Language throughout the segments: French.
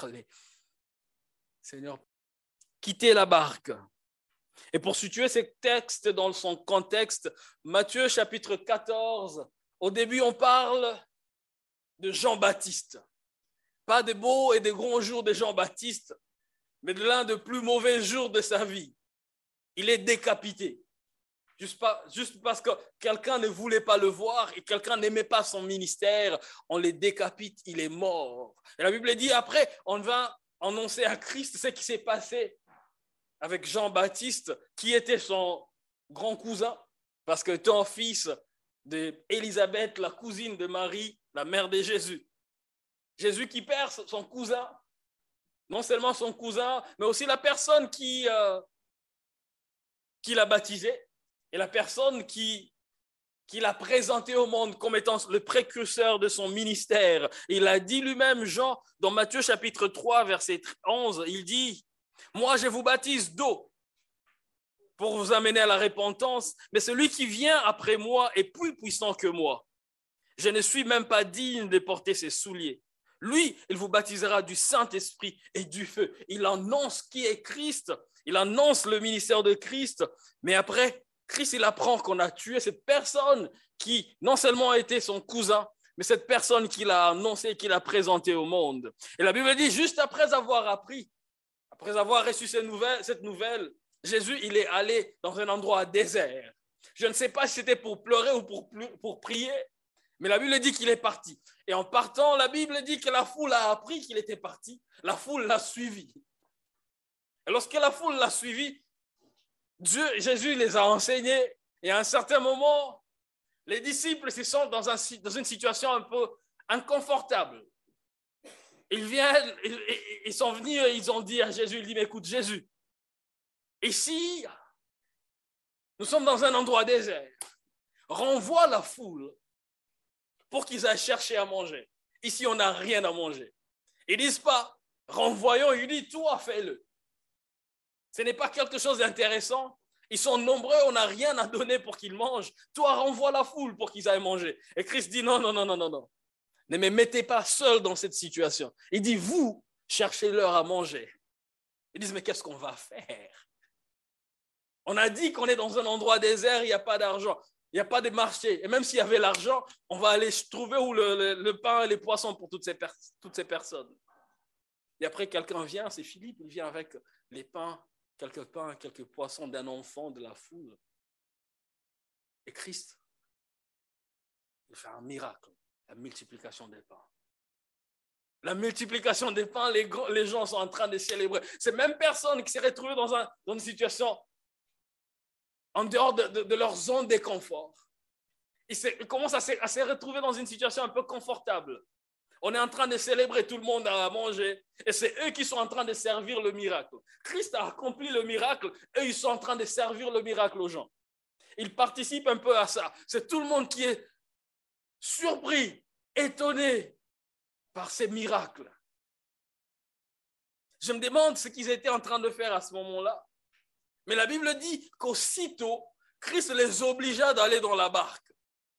parler. Seigneur, quittez la barque. Et pour situer ces textes dans son contexte, Matthieu chapitre 14, au début on parle de Jean-Baptiste. Pas des beaux et des grands jours de Jean-Baptiste, mais de l'un des plus mauvais jours de sa vie. Il est décapité. Juste parce que quelqu'un ne voulait pas le voir et quelqu'un n'aimait pas son ministère, on le décapite, il est mort. Et la Bible dit, après, on va annoncer à Christ ce qui s'est passé avec Jean-Baptiste, qui était son grand cousin, parce que ton fils d'Élisabeth, la cousine de Marie, la mère de Jésus. Jésus qui perd son cousin, non seulement son cousin, mais aussi la personne qui l'a baptisé et la personne qui l'a présenté au monde comme étant le précurseur de son ministère. Il a dit lui-même, Jean, dans Matthieu chapitre 3, verset 11, il dit, « Moi, je vous baptise d'eau pour vous amener à la repentance, mais celui qui vient après moi est plus puissant que moi. Je ne suis même pas digne de porter ses souliers. Lui, il vous baptisera du Saint-Esprit et du feu. » Il annonce qui est Christ, il annonce le ministère de Christ, mais après, Christ, il apprend qu'on a tué cette personne qui non seulement a été son cousin, mais cette personne qu'il a annoncé, qu'il a présenté au monde. Et la Bible dit, juste après avoir appris, après avoir reçu cette nouvelle, Jésus, il est allé dans un endroit désert. Je ne sais pas si c'était pour pleurer ou pour prier, mais la Bible dit qu'il est parti. Et en partant, la Bible dit que la foule a appris qu'il était parti. La foule l'a suivi. Et lorsque la foule l'a suivi, Jésus les a enseignés. Et à un certain moment, les disciples se sont dans une situation un peu inconfortable. Ils sont venus et ils ont dit à Jésus, il dit, mais écoute Jésus, ici, nous sommes dans un endroit désert. Renvoie la foule pour qu'ils aillent chercher à manger. Ici, on n'a rien à manger. Ils ne disent pas, renvoyons, ils disent, toi, fais-le. Ce n'est pas quelque chose d'intéressant. Ils sont nombreux, on n'a rien à donner pour qu'ils mangent. Toi, renvoie la foule pour qu'ils aillent manger. Et Christ dit, non. Ne me mettez pas seul dans cette situation. Il dit, vous, cherchez-leur à manger. Ils disent, mais qu'est-ce qu'on va faire? On a dit qu'on est dans un endroit désert, il n'y a pas d'argent, il n'y a pas de marché. Et même s'il y avait l'argent, on va aller trouver où le pain et les poissons pour toutes ces personnes. Et après, quelqu'un vient, c'est Philippe, il vient avec les pains, quelques poissons d'un enfant de la foule. Et Christ, il fait un miracle, la multiplication des pains. La multiplication des pains, les gens sont en train de célébrer. Ces mêmes personnes qui s'est retrouvées dans une situation en dehors de leur zone de confort. Ils commencent à se retrouver dans une situation un peu confortable. On est en train de célébrer, tout le monde a à manger. Et c'est eux qui sont en train de servir le miracle. Christ a accompli le miracle, eux ils sont en train de servir le miracle aux gens. Ils participent un peu à ça. C'est tout le monde qui est surpris, étonné par ces miracles. Je me demande ce qu'ils étaient en train de faire à ce moment-là. Mais la Bible dit qu'aussitôt, Christ les obligea d'aller dans la barque.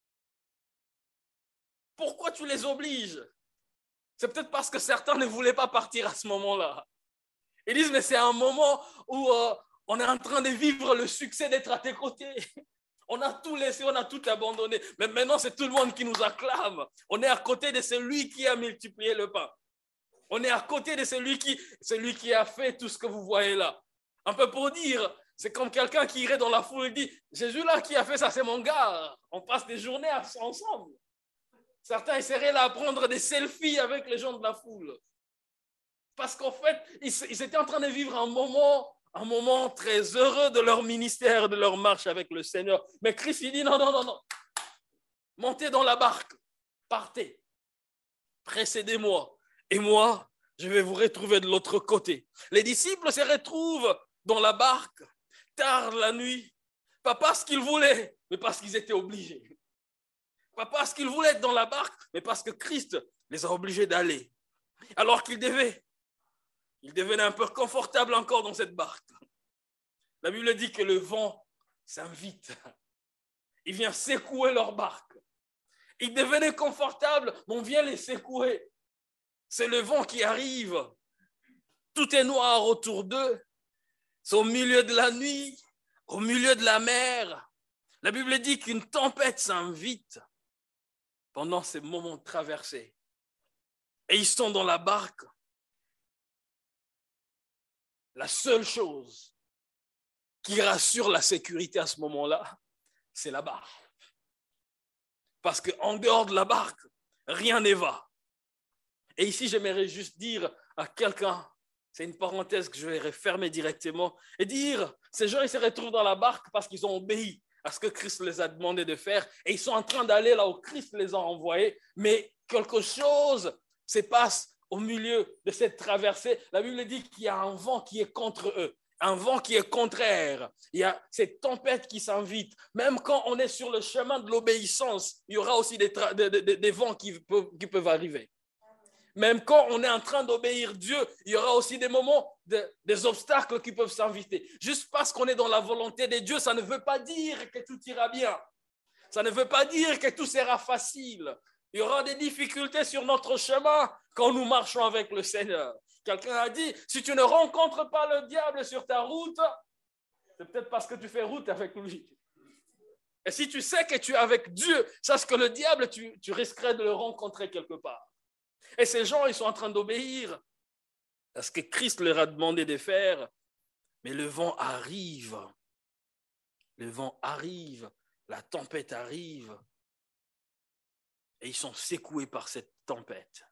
Pourquoi tu les obliges? C'est peut-être parce que certains ne voulaient pas partir à ce moment-là. Ils disent, mais c'est un moment où on est en train de vivre le succès d'être à tes côtés. On a tout laissé, on a tout abandonné. Mais maintenant, c'est tout le monde qui nous acclame. On est à côté de celui qui a multiplié le pain. On est à côté de celui qui a fait tout ce que vous voyez là. Un peu pour dire, c'est comme quelqu'un qui irait dans la foule et dit, Jésus là qui a fait ça, c'est mon gars. On passe des journées ensemble. Certains essaieraient là à prendre des selfies avec les gens de la foule. Parce qu'en fait, ils étaient en train de vivre un moment très heureux de leur ministère, de leur marche avec le Seigneur. Mais Christ, il dit non. Montez dans la barque, partez, précédez-moi. Et moi, je vais vous retrouver de l'autre côté. Les disciples se retrouvent dans la barque, tard la nuit, pas parce qu'ils voulaient, mais parce qu'ils étaient obligés. Pas parce qu'ils voulaient être dans la barque, mais parce que Christ les a obligés d'aller. Alors qu'ils devenaient un peu confortables encore dans cette barque. La Bible dit que le vent s'invite. Il vient secouer leur barque. Ils devenaient confortables, mais on vient les secouer. C'est le vent qui arrive. Tout est noir autour d'eux. C'est au milieu de la nuit, au milieu de la mer. La Bible dit qu'une tempête s'invite pendant ces moments de traversée. Et ils sont dans la barque. La seule chose qui rassure la sécurité à ce moment-là, c'est la barque. Parce qu'en dehors de la barque, rien n'est va. Et ici, j'aimerais juste dire à quelqu'un, c'est une parenthèse que je vais refermer directement, et dire, ces gens, ils se retrouvent dans la barque parce qu'ils ont obéi à ce que Christ les a demandé de faire, et ils sont en train d'aller là où Christ les a envoyés, mais quelque chose se passe au milieu de cette traversée. La Bible dit qu'il y a un vent qui est contre eux, un vent qui est contraire. Il y a cette tempête qui s'invite. Même quand on est sur le chemin de l'obéissance, il y aura aussi des vents qui peuvent arriver. Même quand on est en train d'obéir Dieu, il y aura aussi des moments, des obstacles qui peuvent s'inviter. Juste parce qu'on est dans la volonté de Dieu, ça ne veut pas dire que tout ira bien. Ça ne veut pas dire que tout sera facile. Il y aura des difficultés sur notre chemin quand nous marchons avec le Seigneur. Quelqu'un a dit, si tu ne rencontres pas le diable sur ta route, c'est peut-être parce que tu fais route avec lui. Et si tu sais que tu es avec Dieu, sache que le diable, tu risquerais de le rencontrer quelque part. Et ces gens, ils sont en train d'obéir à ce que Christ leur a demandé de faire. Mais le vent arrive. Le vent arrive. La tempête arrive. Et ils sont secoués par cette tempête.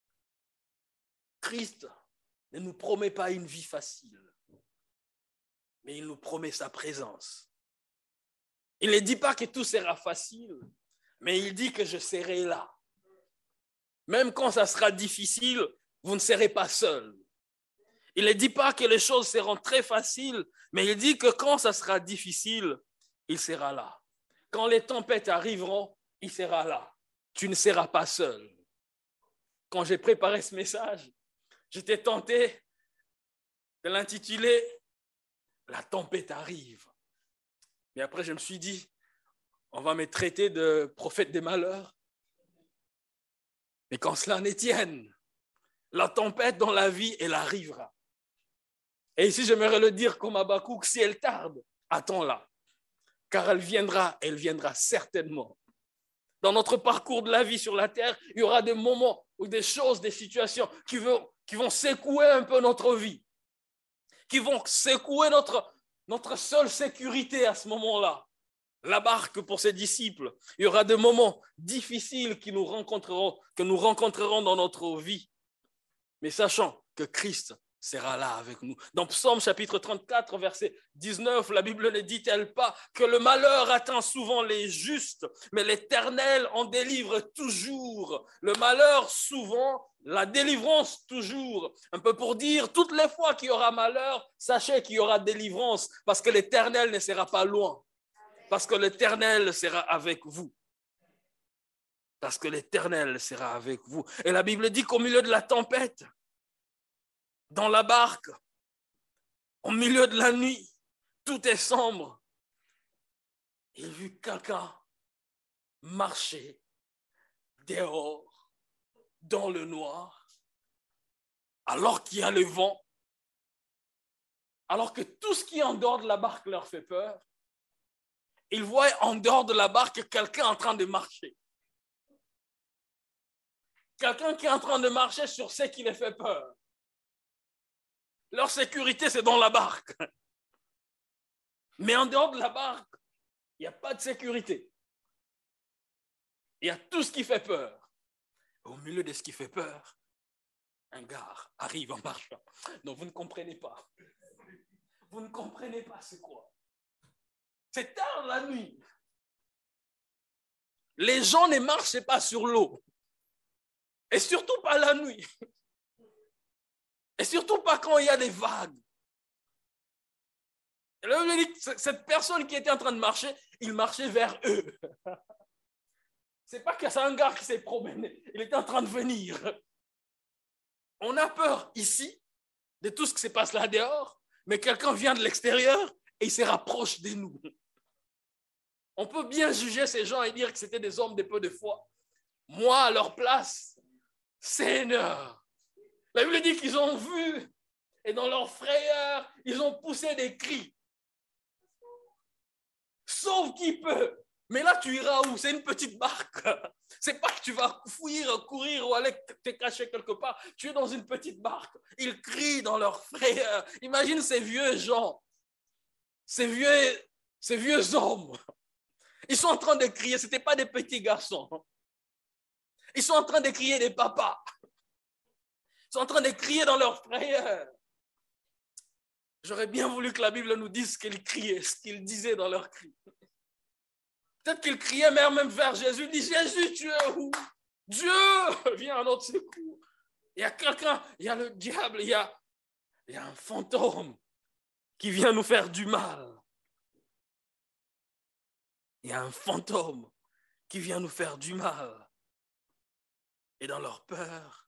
Christ ne nous promet pas une vie facile. Mais il nous promet sa présence. Il ne dit pas que tout sera facile. Mais il dit que je serai là. Même quand ça sera difficile, vous ne serez pas seul. Il ne dit pas que les choses seront très faciles, mais il dit que quand ça sera difficile, il sera là. Quand les tempêtes arriveront, il sera là. Tu ne seras pas seul. Quand j'ai préparé ce message, j'étais tenté de l'intituler « La tempête arrive ». Mais après, je me suis dit, on va me traiter de prophète des malheurs. Mais quand cela n'est tienne, la tempête dans la vie, elle arrivera. Et ici, j'aimerais le dire comme Habakkuk, si elle tarde, attends-la. Car elle viendra certainement. Dans notre parcours de la vie sur la terre, il y aura des moments ou des choses, des situations qui vont secouer un peu notre vie, qui vont secouer notre seule sécurité à ce moment-là. La barque pour ses disciples. Il y aura des moments difficiles que nous rencontrerons dans notre vie. Mais sachant que Christ sera là avec nous. Dans Psaume chapitre 34, verset 19, la Bible ne dit-elle pas que le malheur atteint souvent les justes, mais l'Éternel en délivre toujours. Le malheur souvent, la délivrance toujours. Un peu pour dire, toutes les fois qu'il y aura malheur, sachez qu'il y aura délivrance, parce que l'Éternel ne sera pas loin. Parce que l'Éternel sera avec vous. Parce que l'Éternel sera avec vous. Et la Bible dit qu'au milieu de la tempête, dans la barque, au milieu de la nuit, tout est sombre. Il vit quelqu'un marcher dehors, dans le noir, alors qu'il y a le vent, alors que tout ce qui est en dehors de la barque leur fait peur. Ils voient en dehors de la barque quelqu'un en train de marcher. Quelqu'un qui est en train de marcher sur ce qui les fait peur. Leur sécurité, c'est dans la barque. Mais en dehors de la barque, il n'y a pas de sécurité. Il y a tout ce qui fait peur. Au milieu de ce qui fait peur, un gars arrive en marchant. Non, vous ne comprenez pas. Vous ne comprenez pas c'est quoi. C'est tard la nuit. Les gens ne marchent pas sur l'eau. Et surtout pas la nuit. Et surtout pas quand il y a des vagues. Et là, cette personne qui était en train de marcher, il marchait vers eux. C'est pas que c'est un gars qui s'est promené. Il était en train de venir. On a peur ici de tout ce qui se passe là dehors, mais quelqu'un vient de l'extérieur et il se rapproche de nous. On peut bien juger ces gens et dire que c'était des hommes de peu de foi. Moi, à leur place, Seigneur. La Bible dit qu'ils ont vu Et dans leur frayeur, ils ont poussé des cris. Sauve qui peut. Mais là, tu iras où? C'est une petite barque. C'est pas que tu vas fuir, courir ou aller te cacher quelque part. Tu es dans une petite barque. Ils crient dans leur frayeur. Imagine ces vieux gens, ces vieux hommes. Ils sont en train de crier. Ce n'étaient pas des petits garçons. Ils sont en train de crier des papas. Ils sont en train de crier dans leur frayeur. J'aurais bien voulu que la Bible nous dise ce qu'ils criaient, ce qu'ils disaient dans leur cri. Peut-être qu'ils criaient même vers Jésus. Ils disent, Jésus, tu es où? Dieu, viens à notre secours. Il y a quelqu'un, il y a le diable, il y a un fantôme qui vient nous faire du mal. Il y a un fantôme qui vient nous faire du mal. Et dans leur peur,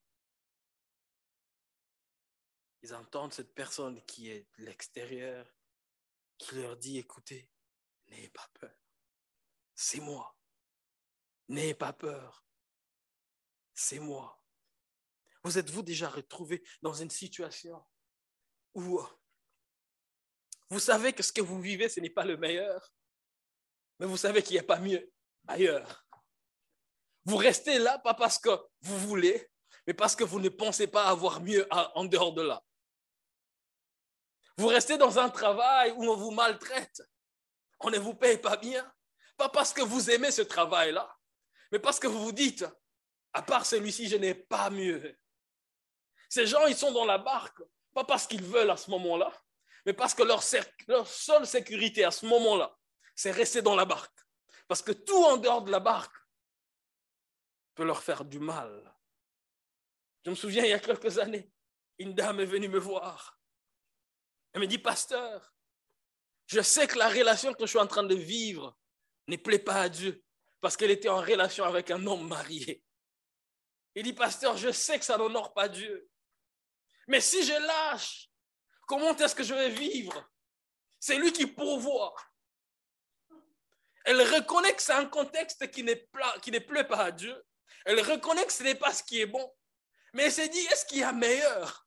ils entendent cette personne qui est de l'extérieur, qui leur dit, écoutez, n'ayez pas peur. C'est moi. N'ayez pas peur. C'est moi. Vous êtes-vous déjà retrouvé dans une situation où vous savez que ce que vous vivez, ce n'est pas le meilleur, mais vous savez qu'il n'y a pas mieux ailleurs. Vous restez là, pas parce que vous voulez, mais parce que vous ne pensez pas avoir mieux en dehors de là. Vous restez dans un travail où on vous maltraite, on ne vous paye pas bien, pas parce que vous aimez ce travail-là, mais parce que vous vous dites, à part celui-ci, je n'ai pas mieux. Ces gens, ils sont dans la barque, pas parce qu'ils veulent à ce moment-là, mais parce que leur seule sécurité à ce moment-là, c'est rester dans la barque. Parce que tout en dehors de la barque peut leur faire du mal. Je me souviens, il y a quelques années, une dame est venue me voir. Elle me dit, pasteur, je sais que la relation que je suis en train de vivre ne plaît pas à Dieu, parce qu'elle était en relation avec un homme marié. Il dit, pasteur, je sais que ça n'honore pas Dieu. Mais si je lâche, comment est-ce que je vais vivre? C'est lui qui pourvoit. Elle reconnaît que c'est un contexte qui ne plaît pas à Dieu. Elle reconnaît que ce n'est pas ce qui est bon. Mais elle s'est dit, est-ce qu'il y a meilleur?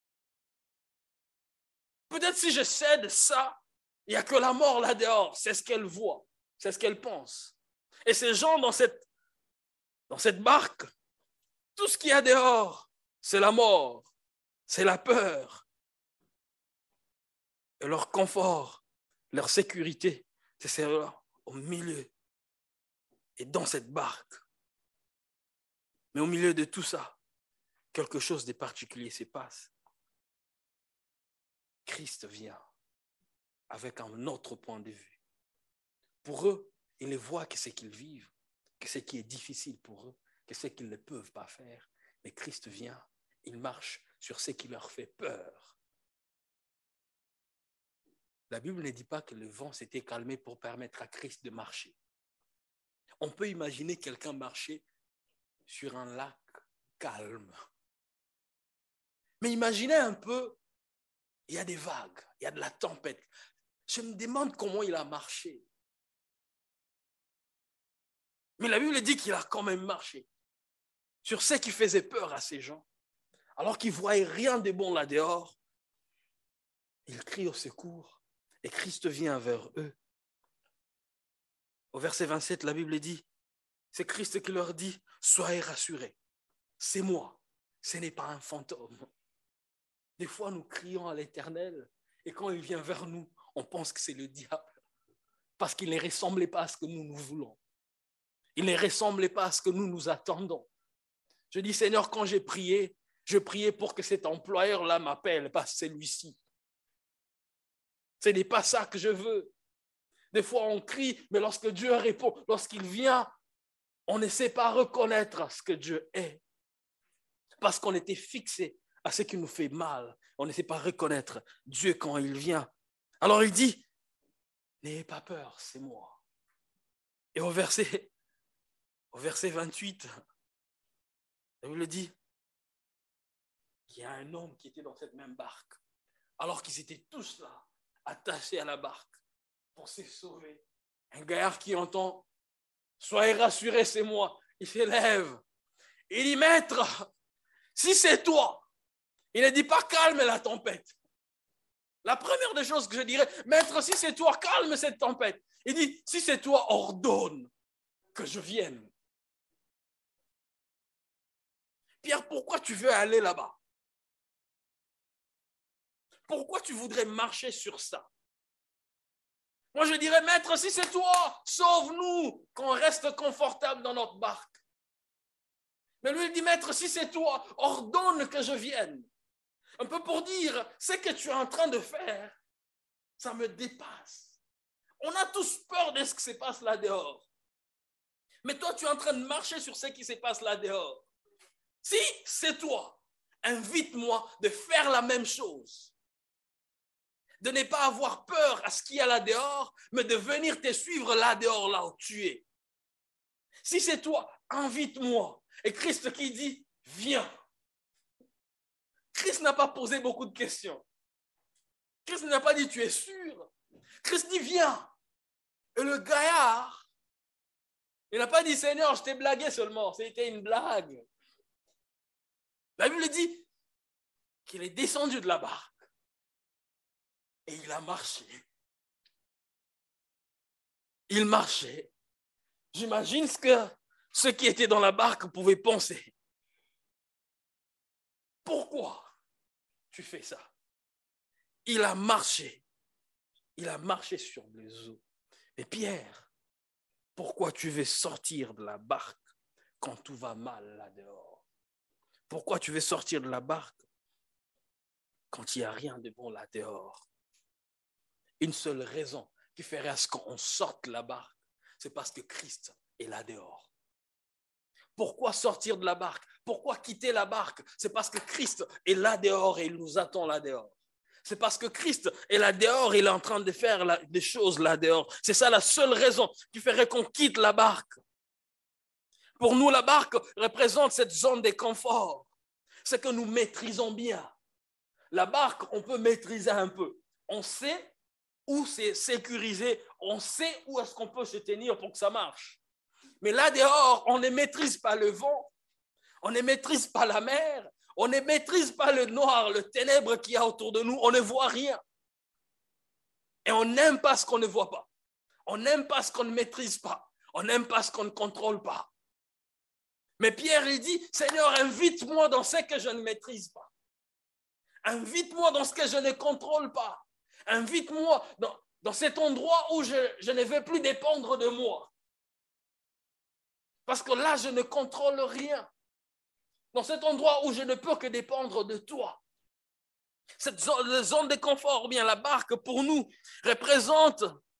Peut-être si je cède ça, il n'y a que la mort là dehors. C'est ce qu'elle voit. C'est ce qu'elle pense. Et ces gens dans cette barque, tout ce qu'il y a dehors, c'est la mort, c'est la peur. Et leur confort, leur sécurité, c'est celle-là, au milieu et dans cette barque. Mais au milieu de tout ça, quelque chose de particulier se passe. Christ vient avec un autre point de vue. Pour eux, ils ne voient que ce qu'ils vivent, que ce qui est difficile pour eux, que ce qu'ils ne peuvent pas faire. Mais Christ vient, il marche sur ce qui leur fait peur. La Bible ne dit pas que le vent s'était calmé pour permettre à Christ de marcher. On peut imaginer quelqu'un marcher sur un lac calme. Mais imaginez un peu, il y a des vagues, il y a de la tempête. Je me demande comment il a marché. Mais la Bible dit qu'il a quand même marché sur ce qui faisait peur à ces gens. Alors qu'ils ne voyaient rien de bon là dehors, ils crient au secours et Christ vient vers eux. Au verset 27, la Bible dit, c'est Christ qui leur dit, soyez rassurés, c'est moi, ce n'est pas un fantôme. Des fois, nous crions à l'Éternel et quand il vient vers nous, on pense que c'est le diable parce qu'il ne ressemblait pas à ce que nous voulons. Il ne ressemblait pas à ce que nous attendons. Je dis, Seigneur, quand j'ai prié, je priais pour que cet employeur-là m'appelle, pas celui-ci. Ce n'est pas ça que je veux. Des fois, on crie, mais lorsque Dieu répond, lorsqu'il vient, on ne sait pas reconnaître ce que Dieu est. Parce qu'on était fixé à ce qui nous fait mal. On ne sait pas reconnaître Dieu quand il vient. Alors il dit, n'ayez pas peur, c'est moi. Et au verset 28, la Bible dit, il y a un homme qui était dans cette même barque, alors qu'ils étaient tous là, attachés à la barque pour se sauver. Un gaillard qui entend, soyez rassurés, c'est moi. Il s'élève. Il dit, maître, si c'est toi, Il ne dit pas calme la tempête. La première des choses que je dirais, maître, si c'est toi, calme cette tempête. Il dit, si c'est toi, ordonne que je vienne. Pierre, pourquoi tu veux aller là-bas? Pourquoi tu voudrais marcher sur ça? Moi, je dirais, maître, si c'est toi, sauve-nous, qu'on reste confortable dans notre barque. Mais lui, il dit, maître, si c'est toi, ordonne que je vienne. Un peu pour dire, ce que tu es en train de faire, ça me dépasse. On a tous peur de ce qui se passe là dehors. Mais toi, tu es en train de marcher sur ce qui se passe là dehors. Si c'est toi, invite-moi de faire la même chose. De ne pas avoir peur à ce qu'il y a là dehors, mais de venir te suivre là dehors, là où tu es. Si c'est toi, invite-moi. Et Christ qui dit, viens. Christ n'a pas posé beaucoup de questions. Christ n'a pas dit, tu es sûr. Christ dit, viens. Et le gaillard, il n'a pas dit, Seigneur, je t'ai blagué seulement. C'était une blague. La Bible dit qu'il est descendu de la barque. Et il a marché. Il marchait. J'imagine ce que ceux qui étaient dans la barque pouvaient penser. Pourquoi tu fais ça? Il a marché. Il a marché sur les eaux. Mais Pierre, pourquoi tu veux sortir de la barque quand tout va mal là dehors? Pourquoi tu veux sortir de la barque quand il n'y a rien de bon là dehors? Une seule raison qui ferait à ce qu'on sorte de la barque, c'est parce que Christ est là dehors. Pourquoi sortir de la barque? Pourquoi quitter la barque? C'est parce que Christ est là dehors et il nous attend là dehors. C'est parce que Christ est là dehors, il est en train de faire des choses là dehors. C'est ça la seule raison qui ferait qu'on quitte la barque. Pour nous, la barque représente cette zone de confort. C'est que nous maîtrisons bien. La barque, on peut maîtriser un peu. On sait où c'est sécurisé, on sait où est-ce qu'on peut se tenir pour que ça marche. Mais là dehors, on ne maîtrise pas le vent, on ne maîtrise pas la mer, on ne maîtrise pas le noir, le ténèbre qu'il y a autour de nous, on ne voit rien. Et on n'aime pas ce qu'on ne voit pas. On n'aime pas ce qu'on ne maîtrise pas. On n'aime pas ce qu'on ne contrôle pas. Mais Pierre, il dit, Seigneur, invite-moi dans ce que je ne maîtrise pas. Invite-moi dans ce que je ne contrôle pas. Invite-moi dans cet endroit où je ne vais plus dépendre de moi. Parce que là, je ne contrôle rien. Dans cet endroit où je ne peux que dépendre de toi. Cette zone de confort, bien la barque pour nous représente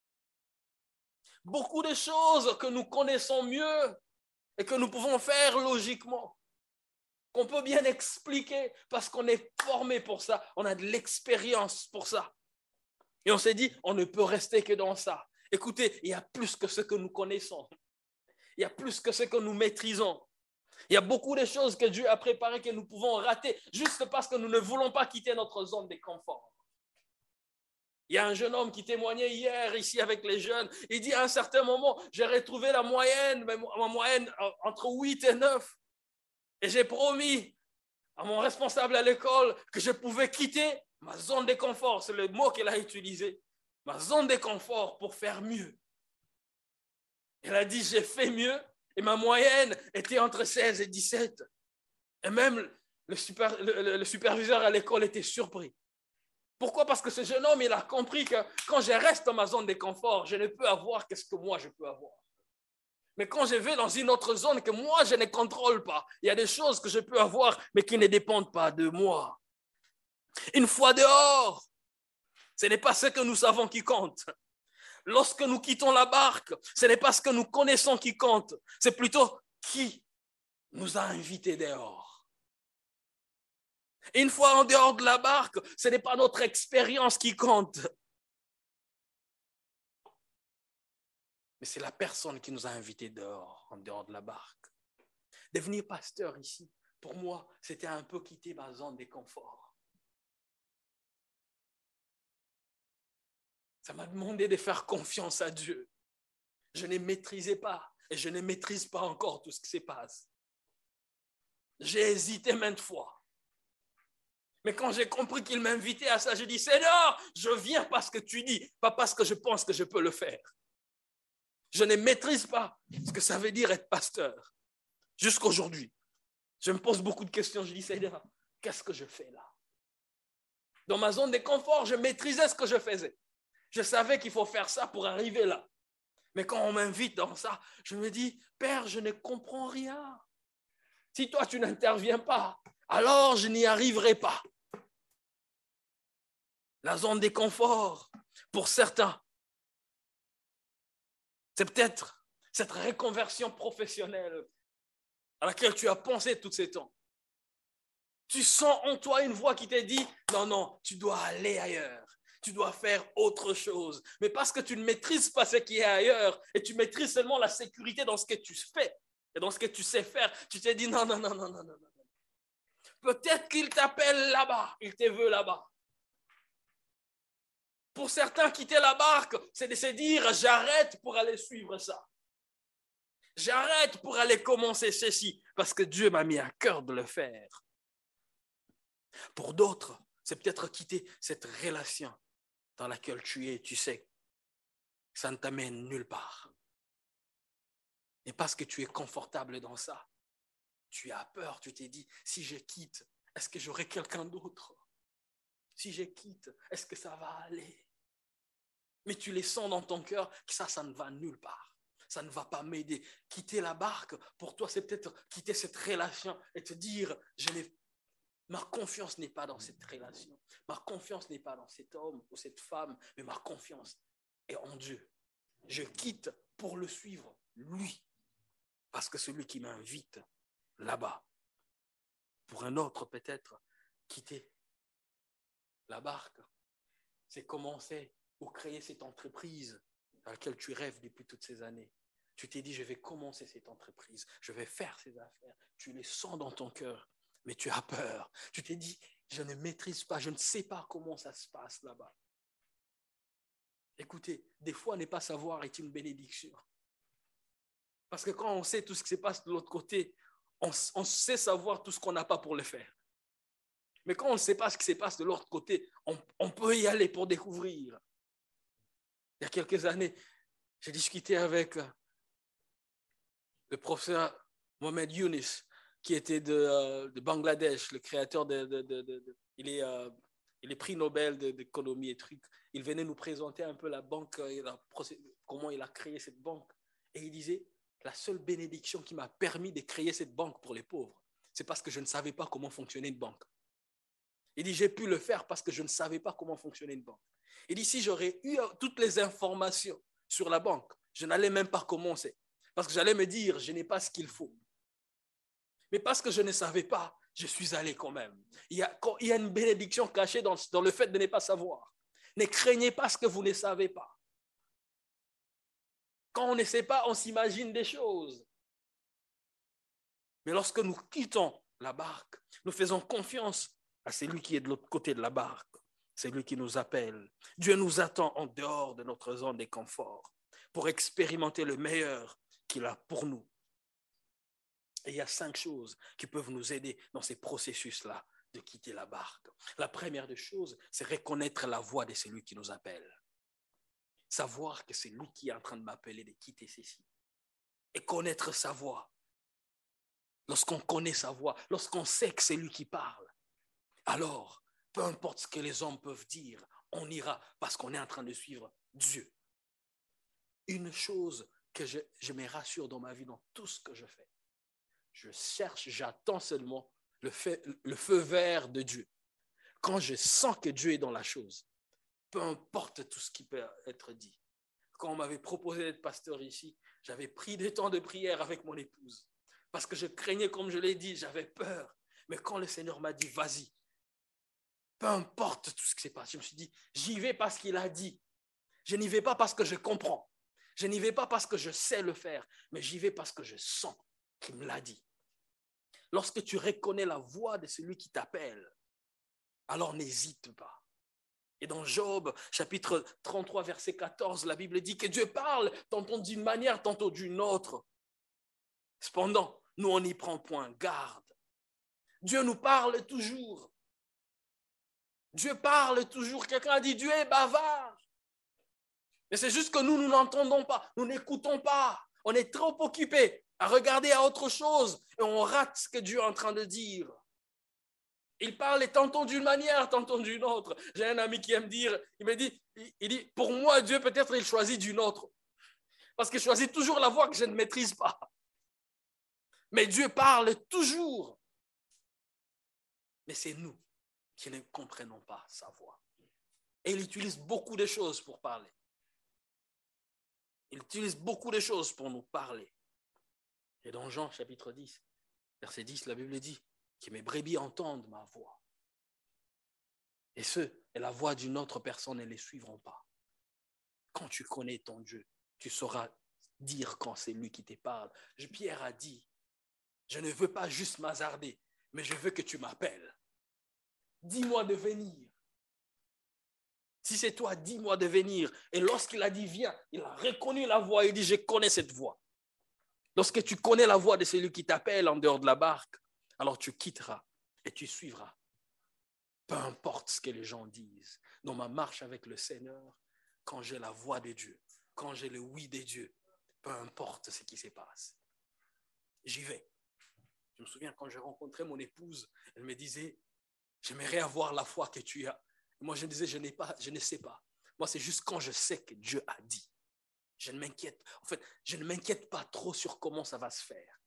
beaucoup de choses que nous connaissons mieux et que nous pouvons faire logiquement, qu'on peut bien expliquer parce qu'on est formé pour ça, on a de l'expérience pour ça. Et on s'est dit, on ne peut rester que dans ça. Écoutez, il y a plus que ce que nous connaissons. Il y a plus que ce que nous maîtrisons. Il y a beaucoup de choses que Dieu a préparées que nous pouvons rater juste parce que nous ne voulons pas quitter notre zone de confort. Il y a un jeune homme qui témoignait hier ici avec les jeunes. Il dit à un certain moment, j'ai retrouvé la moyenne, ma moyenne entre 8 et 9. Et j'ai promis à mon responsable à l'école que je pouvais quitter ma zone de confort. C'est le mot qu'elle a utilisé. Ma zone de confort pour faire mieux. Elle a dit, j'ai fait mieux. Et ma moyenne était entre 16 et 17. Et même le superviseur à l'école était surpris. Pourquoi? Parce que ce jeune homme, il a compris que quand je reste dans ma zone de confort, je ne peux avoir que ce que moi je peux avoir. Mais quand je vais dans une autre zone que moi je ne contrôle pas, il y a des choses que je peux avoir, mais qui ne dépendent pas de moi. Une fois dehors, ce n'est pas ce que nous savons qui compte. Lorsque nous quittons la barque, ce n'est pas ce que nous connaissons qui compte, c'est plutôt qui nous a invités dehors. Et une fois en dehors de la barque, ce n'est pas notre expérience qui compte, mais c'est la personne qui nous a invités dehors, en dehors de la barque. Devenir pasteur ici, pour moi, c'était un peu quitter ma zone de confort. Ça m'a demandé de faire confiance à Dieu. Je ne maîtrisais pas et je ne maîtrise pas encore tout ce qui se passe. J'ai hésité maintes fois. Mais quand j'ai compris qu'il m'invitait à ça, j'ai dit, Seigneur, je viens parce que tu dis, pas parce que je pense que je peux le faire. Je ne maîtrise pas ce que ça veut dire être pasteur. Jusqu'aujourd'hui, je me pose beaucoup de questions. Je dis, Seigneur, qu'est-ce que je fais là? Dans ma zone de confort, je maîtrisais ce que je faisais. Je savais qu'il faut faire ça pour arriver là. Mais quand on m'invite dans ça, je me dis, Père, je ne comprends rien. Si toi, tu n'interviens pas, alors je n'y arriverai pas. La zone de confort, pour certains, c'est peut-être cette reconversion professionnelle à laquelle tu as pensé tous ces temps. Tu sens en toi une voix qui te dit, non, non, tu dois aller ailleurs. Tu dois faire autre chose. Mais parce que tu ne maîtrises pas ce qui est ailleurs et tu maîtrises seulement la sécurité dans ce que tu fais et dans ce que tu sais faire, tu te dis, non, non, non, non, non, non. Peut-être qu'il t'appelle là-bas, il te veut là-bas. Pour certains, quitter la barque, c'est de se dire, j'arrête pour aller suivre ça. J'arrête pour aller commencer ceci, parce que Dieu m'a mis à cœur de le faire. Pour d'autres, c'est peut-être quitter cette relation dans laquelle tu es, tu sais, ça ne t'amène nulle part. Et parce que tu es confortable dans ça, tu as peur, tu t'es dit, si je quitte, est-ce que j'aurai quelqu'un d'autre? Si je quitte, est-ce que ça va aller? Mais tu les sens dans ton cœur que ça ne va nulle part. Ça ne va pas m'aider. Quitter la barque, pour toi, c'est peut-être quitter cette relation et te dire, ma confiance n'est pas dans cette relation. Ma confiance n'est pas dans cet homme ou cette femme, mais ma confiance est en Dieu. Je quitte pour le suivre, lui, parce que celui qui m'invite là-bas. Pour un autre, peut-être, quitter la barque, c'est commencer ou créer cette entreprise dans laquelle tu rêves depuis toutes ces années. Tu t'es dit, je vais commencer cette entreprise, je vais faire ces affaires. Tu les sens dans ton cœur, mais tu as peur. Tu t'es dit, je ne maîtrise pas, je ne sais pas comment ça se passe là-bas. Écoutez, des fois, ne pas savoir est une bénédiction. Parce que quand on sait tout ce qui se passe de l'autre côté, on sait savoir tout ce qu'on n'a pas pour le faire. Mais quand on ne sait pas ce qui se passe de l'autre côté, on peut y aller pour découvrir. Il y a quelques années, j'ai discuté avec le professeur Mohamed Younis, qui était de Bangladesh, le créateur il est prix Nobel d'économie et trucs. Il venait nous présenter un peu la banque, comment il a créé cette banque. Et il disait, la seule bénédiction qui m'a permis de créer cette banque pour les pauvres, c'est parce que je ne savais pas comment fonctionnait une banque. Il dit, j'ai pu le faire parce que je ne savais pas comment fonctionnait une banque. Il dit, si j'aurais eu toutes les informations sur la banque, je n'allais même pas commencer. Parce que j'allais me dire, je n'ai pas ce qu'il faut. Mais parce que je ne savais pas, je suis allé quand même. Il y a une bénédiction cachée dans le fait de ne pas savoir. Ne craignez pas ce que vous ne savez pas. Quand on ne sait pas, on s'imagine des choses. Mais lorsque nous quittons la barque, nous faisons confiance à celui qui est de l'autre côté de la barque. C'est lui qui nous appelle. Dieu nous attend en dehors de notre zone de confort pour expérimenter le meilleur qu'il a pour nous. Et il y a 5 choses qui peuvent nous aider dans ces processus-là de quitter la barque. La première des choses, c'est reconnaître la voix de celui qui nous appelle. Savoir que c'est lui qui est en train de m'appeler de quitter ceci. Et connaître sa voix. Lorsqu'on connaît sa voix, lorsqu'on sait que c'est lui qui parle, alors, peu importe ce que les hommes peuvent dire, on ira parce qu'on est en train de suivre Dieu. Une chose que je me rassure dans ma vie, dans tout ce que je fais, je cherche, j'attends seulement le feu vert de Dieu. Quand je sens que Dieu est dans la chose, peu importe tout ce qui peut être dit. Quand on m'avait proposé d'être pasteur ici, j'avais pris des temps de prière avec mon épouse. Parce que je craignais, comme je l'ai dit, j'avais peur. Mais quand le Seigneur m'a dit, vas-y, peu importe tout ce qui s'est passé, je me suis dit, j'y vais parce qu'il a dit. Je n'y vais pas parce que je comprends. Je n'y vais pas parce que je sais le faire, mais j'y vais parce que je sens qu'il me l'a dit. Lorsque tu reconnais la voix de celui qui t'appelle, alors n'hésite pas. Et dans Job, chapitre 33, verset 14, la Bible dit que Dieu parle tantôt d'une manière, tantôt d'une autre. Cependant, nous, on n'y prend point garde. Dieu nous parle toujours. Dieu parle toujours. Quelqu'un a dit, Dieu est bavard. Mais c'est juste que nous n'entendons pas, nous n'écoutons pas. On est trop occupés à regarder à autre chose et on rate ce que Dieu est en train de dire. Il parle tantôt d'une manière, tantôt d'une autre. J'ai un ami qui aime dire, il dit, pour moi, Dieu peut-être il choisit d'une autre. Parce qu'il choisit toujours la voix que je ne maîtrise pas. Mais Dieu parle toujours. Mais c'est nous qui ne comprenons pas sa voix. Et il utilise beaucoup de choses pour parler. Il utilise beaucoup de choses pour nous parler. Et dans Jean chapitre 10, verset 10, la Bible dit que mes brebis entendent ma voix. Et la voix d'une autre personne, ne les suivront pas. Quand tu connais ton Dieu, tu sauras dire quand c'est lui qui te parle. Pierre a dit, je ne veux pas juste m'hasarder, mais je veux que tu m'appelles. Dis-moi de venir. Si c'est toi, dis-moi de venir. Et lorsqu'il a dit viens, il a reconnu la voix. Il dit, je connais cette voix. Lorsque tu connais la voix de celui qui t'appelle en dehors de la barque, alors tu quitteras et tu suivras. Peu importe ce que les gens disent. Dans ma marche avec le Seigneur, quand j'ai la voix de Dieu, quand j'ai le oui de Dieu, peu importe ce qui se passe, j'y vais. Je me souviens quand j'ai rencontré mon épouse, elle me disait, j'aimerais avoir la foi que tu as. Moi, je disais, je ne sais pas. Moi, c'est juste quand je sais que Dieu a dit. Je ne m'inquiète pas trop sur comment ça va se faire.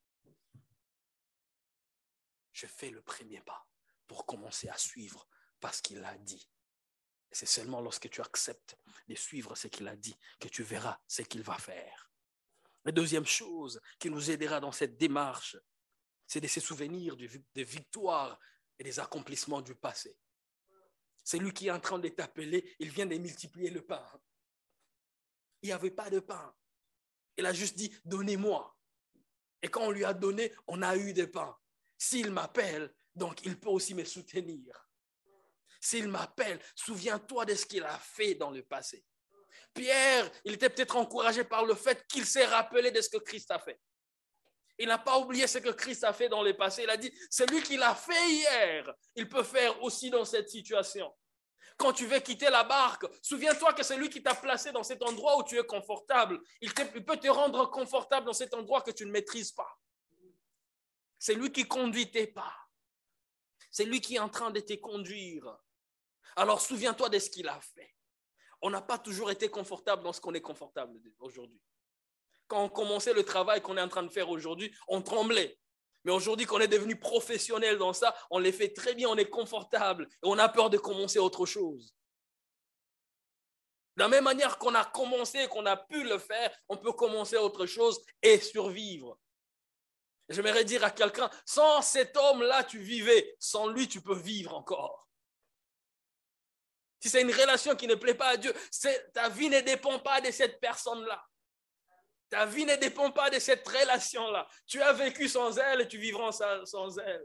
Je fais le premier pas pour commencer à suivre parce qu'il a dit. Et c'est seulement lorsque tu acceptes de suivre ce qu'il a dit que tu verras ce qu'il va faire. La deuxième chose qui nous aidera dans cette démarche, c'est de se souvenir des victoires et des accomplissements du passé. C'est lui qui est en train de t'appeler, il vient de multiplier le pain. Il n'y avait pas de pain. Il a juste dit, donnez-moi. Et quand on lui a donné, on a eu des pains. S'il m'appelle, donc il peut aussi me soutenir. S'il m'appelle, souviens-toi de ce qu'il a fait dans le passé. Pierre, il était peut-être encouragé par le fait qu'il s'est rappelé de ce que Christ a fait. Il n'a pas oublié ce que Christ a fait dans le passé. Il a dit, c'est lui qui l'a fait hier. Il peut faire aussi dans cette situation. Quand tu veux quitter la barque, souviens-toi que c'est lui qui t'a placé dans cet endroit où tu es confortable. Il peut te rendre confortable dans cet endroit que tu ne maîtrises pas. C'est lui qui conduit tes pas. C'est lui qui est en train de te conduire. Alors souviens-toi de ce qu'il a fait. On n'a pas toujours été confortable dans ce qu'on est confortable aujourd'hui. Quand on commençait le travail qu'on est en train de faire aujourd'hui, on tremblait. Mais aujourd'hui qu'on est devenu professionnel dans ça, on les fait très bien, on est confortable et on a peur de commencer autre chose. De la même manière qu'on a commencé, qu'on a pu le faire, on peut commencer autre chose et survivre. J'aimerais dire à quelqu'un, sans cet homme-là, tu vivais. Sans lui, tu peux vivre encore. Si c'est une relation qui ne plaît pas à Dieu, ta vie ne dépend pas de cette personne-là. Ta vie ne dépend pas de cette relation-là. Tu as vécu sans elle et tu vivras sans elle.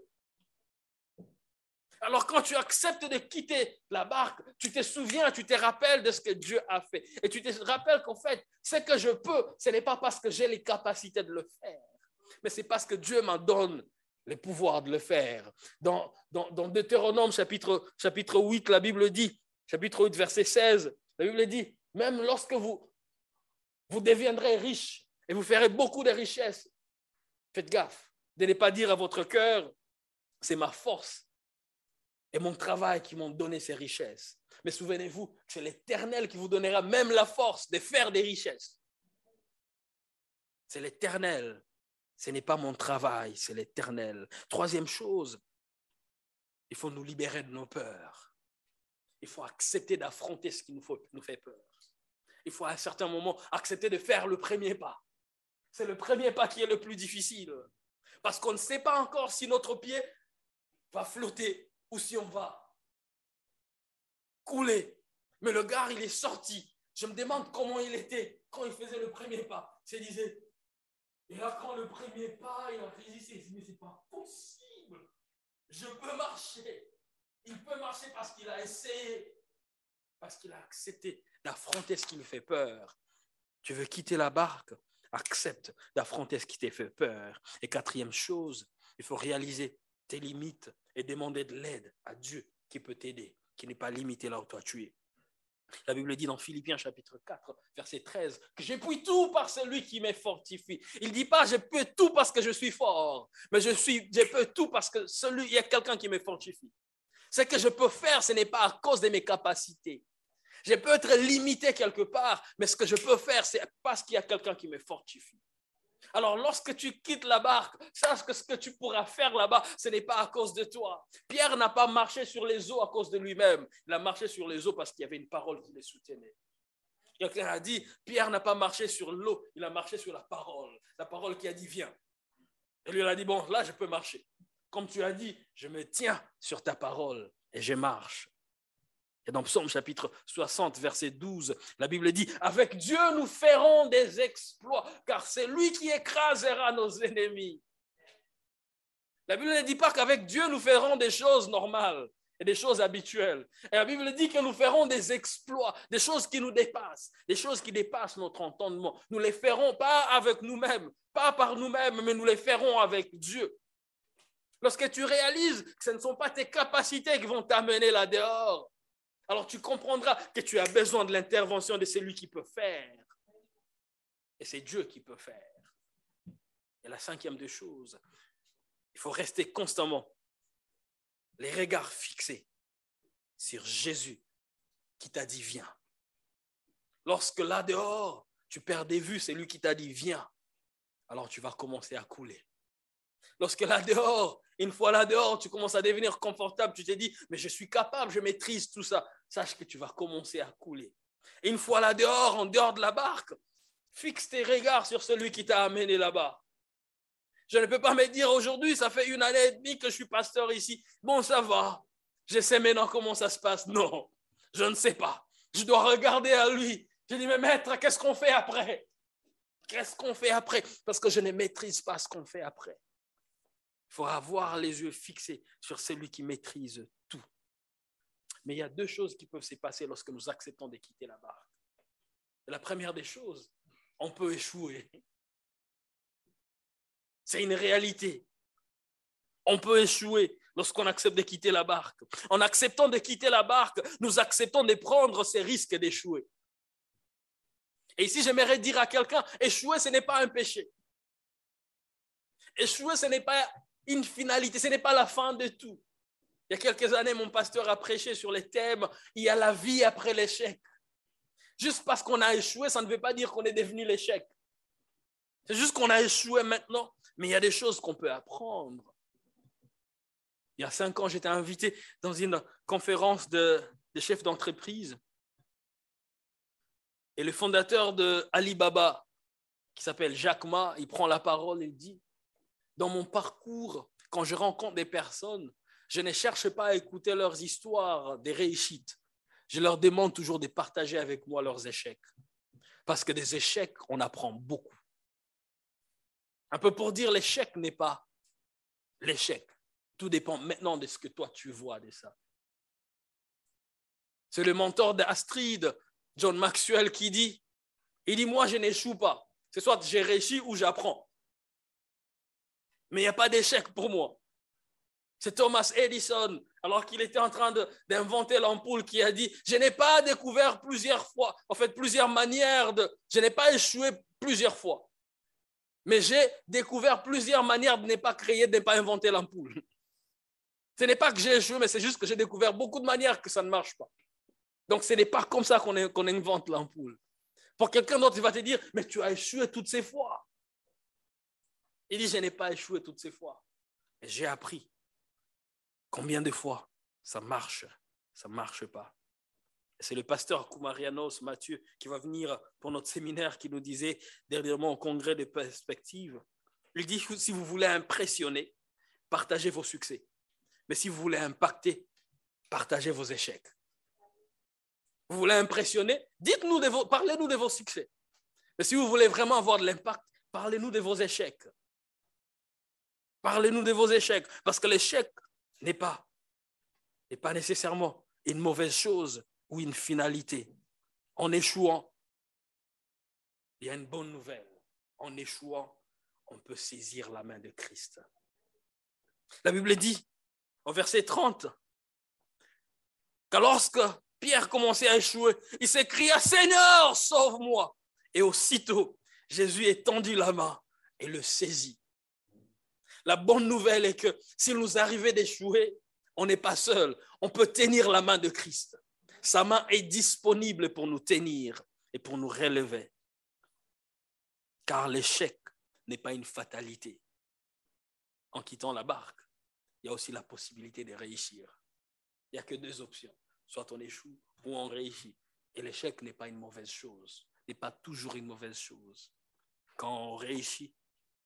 Alors quand tu acceptes de quitter la barque, tu te souviens, tu te rappelles de ce que Dieu a fait. Et tu te rappelles qu'en fait, ce que je peux, ce n'est pas parce que j'ai les capacités de le faire, mais c'est parce que Dieu m'en donne le pouvoir de le faire. Dans Deutéronome chapitre 8, la Bible dit, chapitre 8, verset 16, la Bible dit, même lorsque vous deviendrez riches et vous ferez beaucoup de richesses, faites gaffe de ne pas dire à votre cœur, c'est ma force et mon travail qui m'ont donné ces richesses. Mais souvenez-vous, c'est l'Éternel qui vous donnera même la force de faire des richesses. C'est l'Éternel. Ce n'est pas mon travail, c'est l'Éternel. Troisième chose, il faut nous libérer de nos peurs. Il faut accepter d'affronter ce qui nous fait peur. Il faut à un certain moment accepter de faire le premier pas. C'est le premier pas qui est le plus difficile. Parce qu'on ne sait pas encore si notre pied va flotter ou si on va couler. Mais le gars, il est sorti. Je me demande comment il était quand il faisait le premier pas. Il se disait, et là, quand le premier pas, il a résisté. Il se dit, mais c'est pas possible. Je peux marcher. Il peut marcher parce qu'il a essayé. Parce qu'il a accepté d'affronter ce qui lui fait peur. Tu veux quitter la barque? Accepte d'affronter ce qui t'a fait peur. Et quatrième chose, il faut réaliser tes limites et demander de l'aide à Dieu qui peut t'aider qui n'est pas limité là où toi tu es. La Bible dit dans Philippiens chapitre 4, verset 13, que je puis tout par celui qui me fortifie. Il ne dit pas je peux tout parce que je suis fort, mais je peux tout parce que il y a quelqu'un qui me fortifie. Ce que je peux faire, ce n'est pas à cause de mes capacités. Je peux être limité quelque part, mais ce que je peux faire, c'est parce qu'il y a quelqu'un qui me fortifie. Alors, lorsque tu quittes la barque, sache que ce que tu pourras faire là-bas, ce n'est pas à cause de toi. Pierre n'a pas marché sur les eaux à cause de lui-même. Il a marché sur les eaux parce qu'il y avait une parole qui les soutenait. Quelqu'un a dit, Pierre n'a pas marché sur l'eau, il a marché sur la parole qui a dit, viens. Et lui, il a dit, bon, là, je peux marcher. Comme tu as dit, je me tiens sur ta parole et je marche. Et dans Psaume chapitre 60, verset 12, la Bible dit, avec Dieu nous ferons des exploits, car c'est lui qui écrasera nos ennemis. La Bible ne dit pas qu'avec Dieu nous ferons des choses normales et des choses habituelles. Et la Bible dit que nous ferons des exploits, des choses qui nous dépassent, des choses qui dépassent notre entendement. Nous les ferons pas avec nous-mêmes, pas par nous-mêmes, mais nous les ferons avec Dieu. Lorsque tu réalises que ce ne sont pas tes capacités qui vont t'amener là-dehors, alors tu comprendras que tu as besoin de l'intervention de celui qui peut faire. Et c'est Dieu qui peut faire. Et la cinquième des choses, il faut rester constamment les regards fixés sur Jésus qui t'a dit viens. Lorsque là dehors, tu perds des vues, c'est lui qui t'a dit viens, alors tu vas commencer à couler. Lorsque là dehors, une fois là dehors, tu commences à devenir confortable, tu te dis, mais je suis capable, je maîtrise tout ça. Sache que tu vas commencer à couler. Et une fois là dehors, en dehors de la barque, fixe tes regards sur celui qui t'a amené là-bas. Je ne peux pas me dire aujourd'hui, ça fait 1 année et demie que je suis pasteur ici. Bon, ça va. Je sais maintenant comment ça se passe. Non, je ne sais pas. Je dois regarder à lui. Je dis, mais maître, qu'est-ce qu'on fait après? Qu'est-ce qu'on fait après? Parce que je ne maîtrise pas ce qu'on fait après. Il faut avoir les yeux fixés sur celui qui maîtrise tout. Mais il y a 2 choses qui peuvent se passer lorsque nous acceptons de quitter la barque. Et la première des choses, on peut échouer. C'est une réalité. On peut échouer lorsqu'on accepte de quitter la barque. En acceptant de quitter la barque, nous acceptons de prendre ces risques d'échouer. Et ici, j'aimerais dire à quelqu'un, échouer, ce n'est pas un péché. Échouer, ce n'est pas une finalité, ce n'est pas la fin de tout. Il y a quelques années, mon pasteur a prêché sur le thème « Il y a la vie après l'échec ». Juste parce qu'on a échoué, ça ne veut pas dire qu'on est devenu l'échec. C'est juste qu'on a échoué maintenant, mais il y a des choses qu'on peut apprendre. Il y a 5 ans, j'étais invité dans une conférence de chefs d'entreprise. Et le fondateur de Alibaba, qui s'appelle Jack Ma, il prend la parole et dit « Dans mon parcours, quand je rencontre des personnes, je ne cherche pas à écouter leurs histoires des réussites. Je leur demande toujours de partager avec moi leurs échecs. Parce que des échecs, on apprend beaucoup. » Un peu pour dire l'échec n'est pas l'échec. Tout dépend maintenant de ce que toi tu vois de ça. C'est le mentor d'Astrid, John Maxwell, qui dit, il dit, moi je n'échoue pas. C'est soit j'ai réussi ou j'apprends. Mais il n'y a pas d'échec pour moi. C'est Thomas Edison, alors qu'il était en train d'inventer l'ampoule, qui a dit, je n'ai pas découvert plusieurs fois, en fait plusieurs manières je n'ai pas échoué plusieurs fois. Mais j'ai découvert plusieurs manières de ne pas créer, de ne pas inventer l'ampoule. Ce n'est pas que j'ai échoué, mais c'est juste que j'ai découvert beaucoup de manières que ça ne marche pas. Donc, ce n'est pas comme ça qu'on invente l'ampoule. Pour quelqu'un d'autre, il va te dire, mais tu as échoué toutes ces fois. Il dit, je n'ai pas échoué toutes ces fois. Et j'ai appris combien de fois ça marche pas. C'est le pasteur Koumarianos Mathieu qui va venir pour notre séminaire qui nous disait dernièrement au congrès de perspective. Il dit, si vous voulez impressionner, partagez vos succès. Mais si vous voulez impacter, partagez vos échecs. Vous voulez impressionner, parlez-nous de vos succès. Mais si vous voulez vraiment avoir de l'impact, parlez-nous de vos échecs. Parlez-nous de vos échecs. Parce que l'échec n'est pas nécessairement une mauvaise chose ou une finalité. En échouant, il y a une bonne nouvelle. En échouant, on peut saisir la main de Christ. La Bible dit, au verset 30, que lorsque Pierre commençait à échouer, il s'écria « Seigneur, sauve-moi » et aussitôt, Jésus étendit la main et le saisit. La bonne nouvelle est que s'il nous arrivait d'échouer, on n'est pas seul. On peut tenir la main de Christ. Sa main est disponible pour nous tenir et pour nous relever. Car l'échec n'est pas une fatalité. En quittant la barque, il y a aussi la possibilité de réussir. Il n'y a que deux options. Soit on échoue ou on réussit. Et l'échec n'est pas une mauvaise chose. N'est pas toujours une mauvaise chose. Quand on réussit,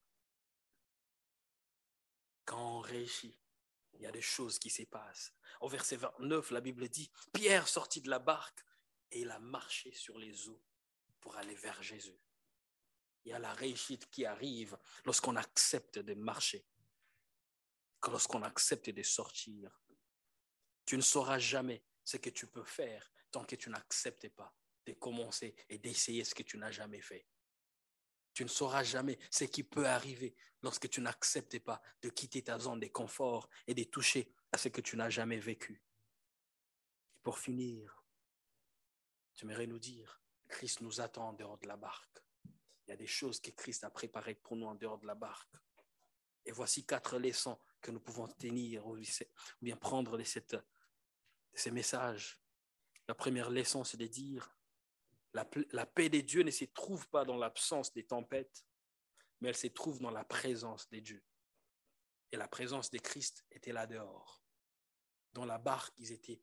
il y a des choses qui se passent. Au verset 29, la Bible dit, Pierre sortit de la barque et il a marché sur les eaux pour aller vers Jésus. Il y a la réussite qui arrive lorsqu'on accepte de marcher, lorsqu'on accepte de sortir. Tu ne sauras jamais ce que tu peux faire tant que tu n'acceptes pas de commencer et d'essayer ce que tu n'as jamais fait. Tu ne sauras jamais ce qui peut arriver lorsque tu n'acceptes pas de quitter ta zone de confort et de toucher à ce que tu n'as jamais vécu. Et pour finir, j'aimerais nous dire, Christ nous attend en dehors de la barque. Il y a des choses que Christ a préparées pour nous en dehors de la barque. Et voici 4 leçons que nous pouvons tenir ou bien prendre de ces messages. La première leçon, c'est de dire la paix de Dieu ne se trouve pas dans l'absence des tempêtes, mais elle se trouve dans la présence de Dieu. Et la présence de Christ était là dehors. Dans la barque, ils étaient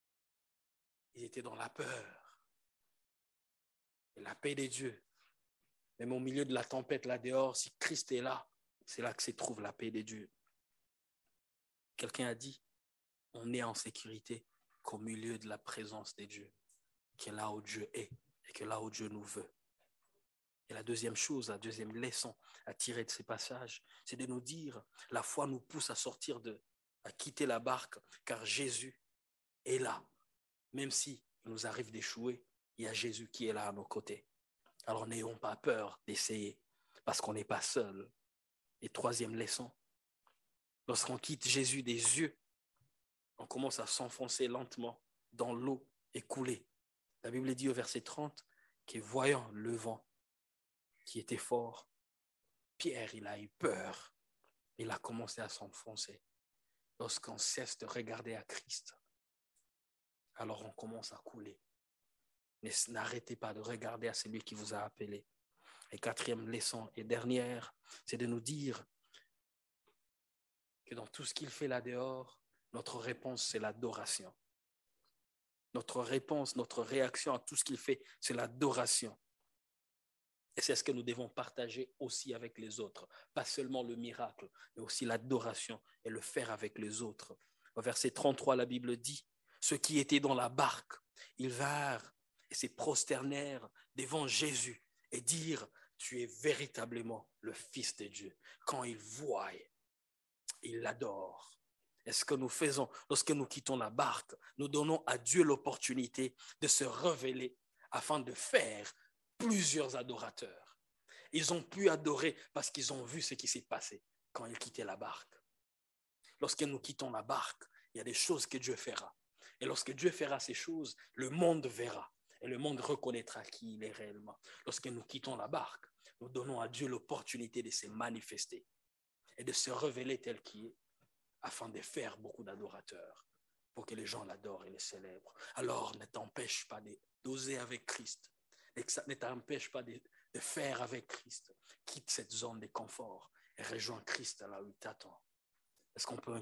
dans la peur. Et la paix de Dieu, même au milieu de la tempête là dehors, si Christ est là, c'est là que se trouve la paix de Dieu. Quelqu'un a dit, on est en sécurité qu'au milieu de la présence de Dieu, qui est là où Dieu est et que là où Dieu nous veut. Et la deuxième chose, la deuxième leçon à tirer de ces passages, c'est de nous dire, la foi nous pousse à quitter la barque, car Jésus est là. Même si il nous arrive d'échouer, il y a Jésus qui est là à nos côtés. Alors n'ayons pas peur d'essayer, parce qu'on n'est pas seul. Et troisième leçon, lorsqu'on quitte Jésus des yeux, on commence à s'enfoncer lentement dans l'eau et couler. La Bible dit au verset 30 que voyant le vent qui était fort, Pierre, il a eu peur. Il a commencé à s'enfoncer. Lorsqu'on cesse de regarder à Christ, alors on commence à couler. Mais n'arrêtez pas de regarder à celui qui vous a appelé. Et quatrième leçon et dernière, c'est de nous dire que dans tout ce qu'il fait là dehors, notre réponse, c'est l'adoration. Notre réponse, notre réaction à tout ce qu'il fait, c'est l'adoration. Et c'est ce que nous devons partager aussi avec les autres. Pas seulement le miracle, mais aussi l'adoration et le faire avec les autres. Au verset 33, la Bible dit, ceux qui étaient dans la barque, ils vinrent et se prosternèrent devant Jésus et dirent, tu es véritablement le Fils de Dieu. Quand ils voient, ils l'adorent. Et ce que nous faisons lorsque nous quittons la barque, nous donnons à Dieu l'opportunité de se révéler afin de faire plusieurs adorateurs. Ils ont pu adorer parce qu'ils ont vu ce qui s'est passé quand ils quittaient la barque. Lorsque nous quittons la barque, il y a des choses que Dieu fera. Et lorsque Dieu fera ces choses, le monde verra. Et le monde reconnaîtra qui il est réellement. Lorsque nous quittons la barque, nous donnons à Dieu l'opportunité de se manifester et de se révéler tel qu'il est, afin de faire beaucoup d'adorateurs, pour que les gens l'adorent et le célèbrent. Alors, ne t'empêche pas d'oser avec Christ. Ne t'empêche pas de faire avec Christ. Quitte cette zone de confort et rejoins Christ là où il t'attend. Est-ce qu'on peut